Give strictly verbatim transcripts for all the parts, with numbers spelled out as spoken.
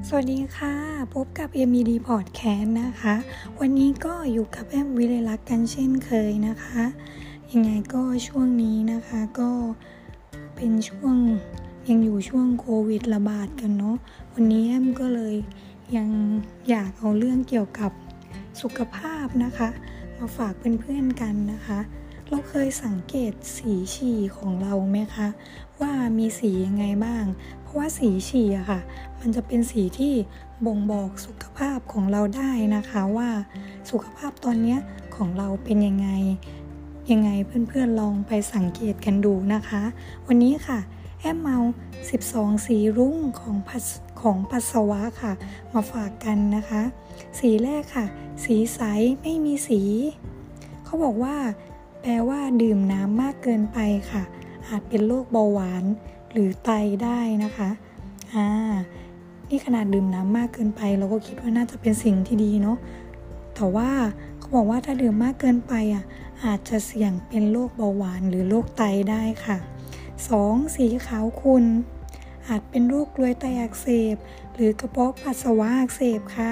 สวัสดีค่ะพบกับ เอ็ม อี ดี Podcast นะคะวันนี้ก็อยู่กับแอมวิเลลักษณ์กันเช่นเคยนะคะยังไงก็ช่วงนี้นะคะก็เป็นช่วงยังอยู่ช่วงโควิดระบาดกันเนาะวันนี้แอมก็เลยยังอยากเอาเรื่องเกี่ยวกับสุขภาพนะคะมาฝากเพื่อนๆกันนะคะเราเคยสังเกตสีฉี่ของเราไหมคะว่ามีสียังไงบ้างเพราะว่าสีฉี่อะค่ะมันจะเป็นสีที่บ่งบอกสุขภาพของเราได้นะคะว่าสุขภาพตอนนี้ของเราเป็นยังไงยังไงเพื่อนๆลองไปสังเกตกันดูนะคะวันนี้ค่ะแอมเอาสิบสองสีรุ้งของปัสของปัสสาวะค่ะมาฝากกันนะคะสีแรกค่ะสีใสไม่มีสีเขาบอกว่าแปลว่าดื่มน้ำมากเกินไปค่ะอาจเป็นโรคเบาหวานหรือไตได้นะคะอ่านี่ขนาดดื่มน้ำมากเกินไปเราก็คิดว่าน่าจะเป็นสิ่งที่ดีเนาะแต่ว่าเขาบอกว่าถ้าดื่มมากเกินไปอ่ะอาจจะเสี่ยงเป็นโรคเบาหวานหรือโรคไตได้ค่ะสองสีขาวขุ่นอาจเป็นโรคกรวยไตอักเสบหรือกระเพาะปัสสาวะอักเสบค่ะ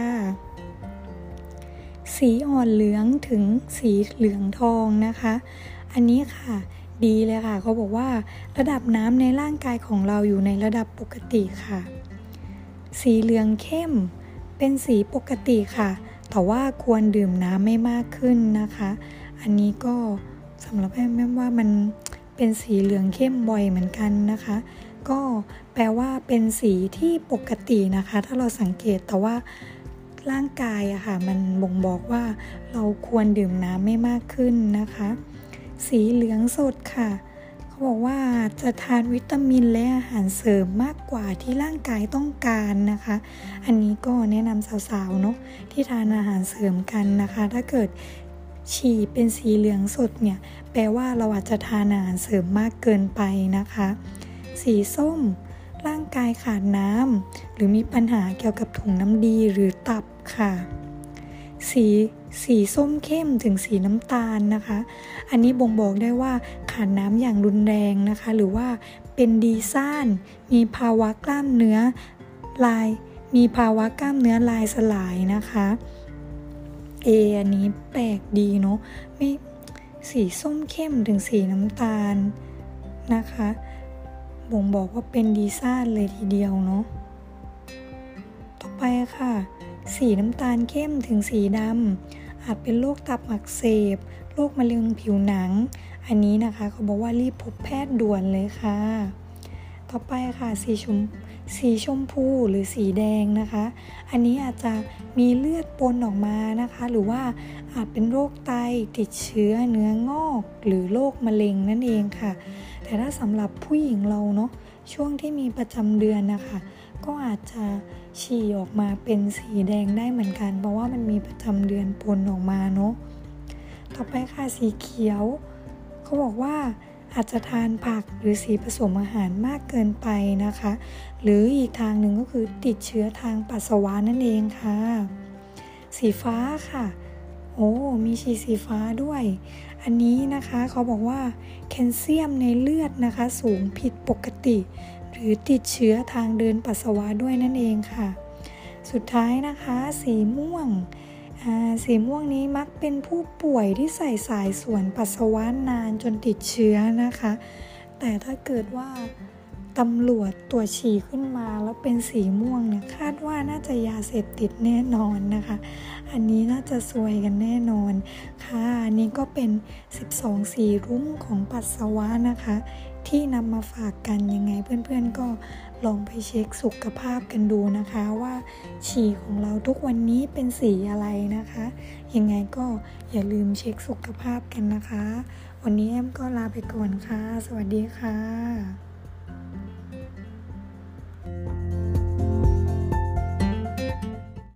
สีอ่อนเหลืองถึงสีเหลืองทองนะคะอันนี้ค่ะดีเลยค่ะเขาบอกว่าระดับน้ำในร่างกายของเราอยู่ในระดับปกติค่ะสีเหลืองเข้มเป็นสีปกติค่ะแต่ว่าควรดื่มน้ำไม่มากขึ้นนะคะอันนี้ก็สำหรับแม่แม่ว่ามันเป็นสีเหลืองเข้มบ่อยเหมือนกันนะคะก็แปลว่าเป็นสีที่ปกตินะคะถ้าเราสังเกตแต่ว่าร่างกายอะค่ะมันบ่งบอกว่าเราควรดื่มน้ำไม่มากขึ้นนะคะสีเหลืองสดค่ะเขาบอกว่าจะทานวิตามินและอาหารเสริมมากกว่าที่ร่างกายต้องการนะคะอันนี้ก็แนะนำสาวๆเนาะที่ทานอาหารเสริมกันนะคะถ้าเกิดฉี่เป็นสีเหลืองสดเนี่ยแปลว่าเราอาจจะทานอาหารเสริมมากเกินไปนะคะสีส้มร่างกายขาดน้ำหรือมีปัญหาเกี่ยวกับถุงน้ำดีหรือตับค่ะสีสีส้มเข้มถึงสีน้ำตาลนะคะอันนี้บ่งบอกได้ว่าขาดน้ำอย่างรุนแรงนะคะหรือว่าเป็นดีซ่านมีภาวะกล้ามเนื้อลายมีภาวะกล้ามเนื้อลายสลายนะคะเออันนี้แปลกดีเนาะไม่สีส้มเข้มถึงสีน้ำตาลนะคะบ่งบอกว่าเป็นดีซ่านเลยทีเดียวเนาะต่อไปค่ะสีน้ำตาลเข้มถึงสีดำอาจเป็นโรคตับอักเสบโรคมะเร็งผิวหนังอันนี้นะคะเขาบอกว่ารีบพบแพทย์ด่วนเลยค่ะต่อไปค่ะสีชมสีชมพูหรือสีแดงนะคะอันนี้อาจจะมีเลือดปนออกมานะคะหรือว่าอาจเป็นโรคไตติดเชื้อเนื้องอกหรือโรคมะเร็งนั่นเองค่ะแต่ถ้าสำหรับผู้หญิงเราเนาะช่วงที่มีประจำเดือนนะคะก็อาจจะฉี่ออกมาเป็นสีแดงได้เหมือนกันเพราะว่ามันมีประจำเดือนปนออกมาเนาะต่อไปค่ะสีเขียวเขาบอกว่าอาจจะทานผักหรือสีผสมอาหารมากเกินไปนะคะหรืออีกทางหนึ่งก็คือติดเชื้อทางปัสสาวะนั่นเองค่ะสีฟ้าค่ะโอ้มีฉี่สีฟ้าด้วยอันนี้นะคะเขาบอกว่าแคลเซียมในเลือดนะคะสูงผิดปกติหรือติดเชื้อทางเดินปัสสาวะด้วยนั่นเองค่ะสุดท้ายนะคะสีม่วงสีม่วงนี้มักเป็นผู้ป่วยที่ใส่สายส่วนปัสสาวะนานจนติดเชื้อนะคะแต่ถ้าเกิดว่าตำรวจตรวจฉี่ขึ้นมาแล้วเป็นสีม่วงเนี่ยคาดว่าน่าจะยาเสพติดแน่นอนนะคะอันนี้น่าจะซวยกันแน่นอนค่ะอันนี้ก็เป็นสิบสองสีรุ้งของปัสสาวะนะคะที่นำมาฝากกันยังไงเพื่อนๆก็ลองไปเช็คสุขภาพกันดูนะคะว่าฉี่ของเราทุกวันนี้เป็นสีอะไรนะคะยังไงก็อย่าลืมเช็คสุขภาพกันนะคะวันนี้แอมก็ลาไปก่อนค่ะสวัสดีค่ะ